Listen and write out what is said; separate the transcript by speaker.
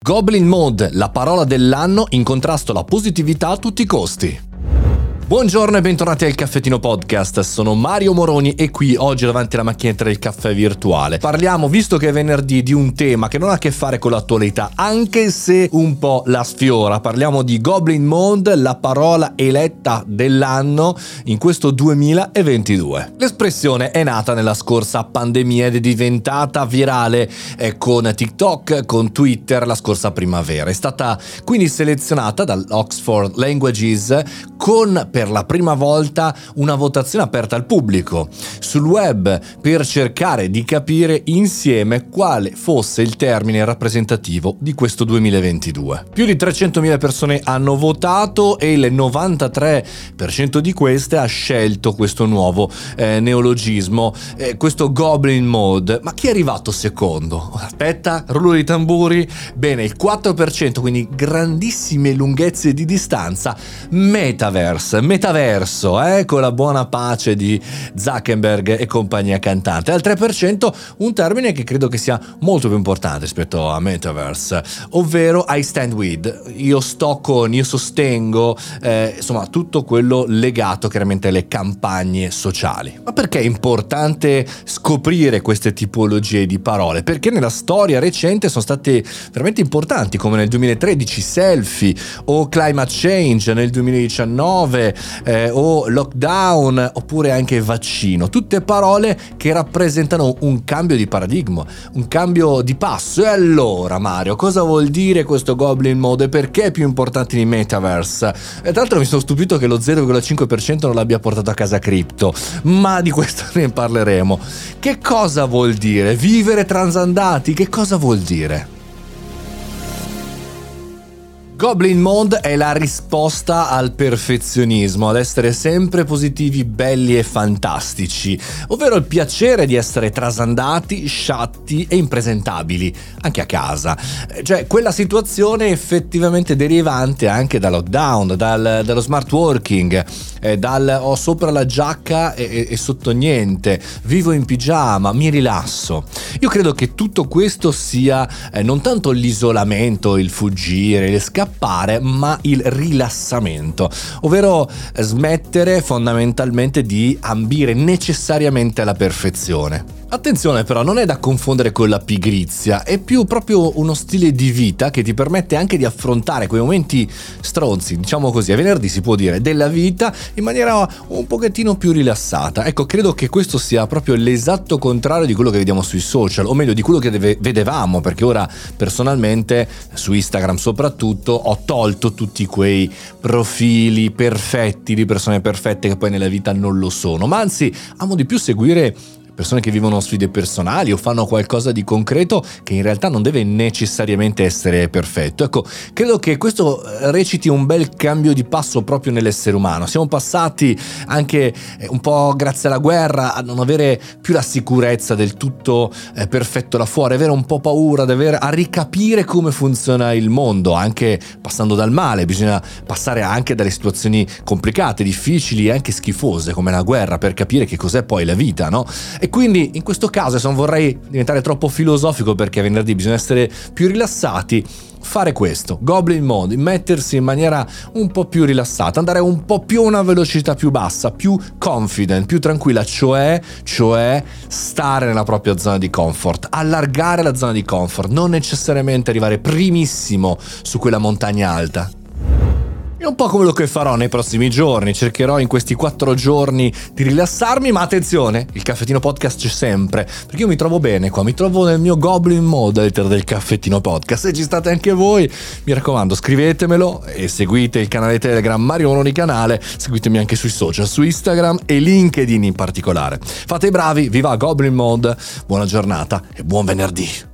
Speaker 1: Goblin Mode, la parola dell'anno in contrasto alla positività a tutti i costi. Buongiorno e bentornati al Caffettino Podcast, sono Mario Moroni e qui oggi davanti alla macchinetta del caffè virtuale parliamo, visto che è venerdì, di un tema che non ha a che fare con l'attualità, anche se un po' la sfiora. Parliamo di Goblin Mode, la parola eletta dell'anno in questo 2022. L'espressione è nata nella scorsa pandemia ed è diventata virale con TikTok, con Twitter la scorsa primavera. È stata quindi selezionata dall'Oxford Languages con per la prima volta una votazione aperta al pubblico sul web per cercare di capire insieme quale fosse il termine rappresentativo di questo 2022. Più di 300.000 persone hanno votato e il 93% di queste ha scelto questo nuovo neologismo, questo Goblin Mode. Ma chi è arrivato secondo? Aspetta, rullo di tamburi. Bene, il 4%, quindi grandissime lunghezze di distanza, metaverso, con la buona pace di Zuckerberg e compagnia cantante. Al 3% un termine che credo che sia molto più importante rispetto a metaverse, ovvero I stand with, io sto con, io sostengo, insomma tutto quello legato chiaramente alle campagne sociali. Ma perché è importante scoprire queste tipologie di parole? Perché nella storia recente sono state veramente importanti, come nel 2013 selfie o climate change nel 2019, o lockdown, oppure anche vaccino, tutte parole che rappresentano un cambio di paradigma, un cambio di passo. E allora Mario, cosa vuol dire questo Goblin Mode e perché è più importante di metaverse? E tra l'altro mi sono stupito che lo 0,5% non l'abbia portato a casa cripto, ma di questo ne parleremo. Che cosa vuol dire vivere transandati? Che cosa vuol dire? Goblin Mode è la risposta al perfezionismo, ad essere sempre positivi, belli e fantastici, ovvero il piacere di essere trasandati, sciatti e impresentabili, anche a casa. Cioè, quella situazione effettivamente derivante anche dal lockdown, dallo smart working, ho sopra la giacca e sotto niente, vivo in pigiama, mi rilasso. Io credo che tutto questo sia non tanto l'isolamento, il fuggire, le scappare, ma il rilassamento, ovvero smettere fondamentalmente di ambire necessariamente alla perfezione. Attenzione però, non è da confondere con la pigrizia, è più proprio uno stile di vita che ti permette anche di affrontare quei momenti stronzi, diciamo così, a venerdì si può dire, della vita in maniera un pochettino più rilassata. Ecco, credo che questo sia proprio l'esatto contrario di quello che vediamo sui social, o meglio di quello che vedevamo, perché ora personalmente su Instagram soprattutto ho tolto tutti quei profili perfetti di persone perfette che poi nella vita non lo sono, ma anzi amo di più seguire persone che vivono sfide personali o fanno qualcosa di concreto che in realtà non deve necessariamente essere perfetto. Ecco, credo che questo reciti un bel cambio di passo proprio nell'essere umano. Siamo passati anche un po' grazie alla guerra a non avere più la sicurezza del tutto perfetto là fuori, avere un po' paura, a ricapire come funziona il mondo, anche passando dal male. Bisogna passare anche dalle situazioni complicate, difficili e anche schifose come la guerra per capire che cos'è poi la vita, no? E quindi in questo caso, se non vorrei diventare troppo filosofico perché venerdì bisogna essere più rilassati, fare questo, Goblin Mode, mettersi in maniera un po' più rilassata, andare un po' più a una velocità più bassa, più confident, più tranquilla, cioè stare nella propria zona di comfort, allargare la zona di comfort, non necessariamente arrivare primissimo su quella montagna alta. È un po' come quello che farò nei prossimi giorni, cercherò in questi 4 giorni di rilassarmi, ma attenzione, il Caffettino Podcast c'è sempre, perché io mi trovo bene qua, mi trovo nel mio Goblin Mode all'interno del Caffettino Podcast. Se ci state anche voi, mi raccomando, scrivetemelo e seguite il canale Telegram Mario Moroni Canale, seguitemi anche sui social, su Instagram e LinkedIn in particolare. Fate i bravi, viva Goblin Mode, buona giornata e buon venerdì!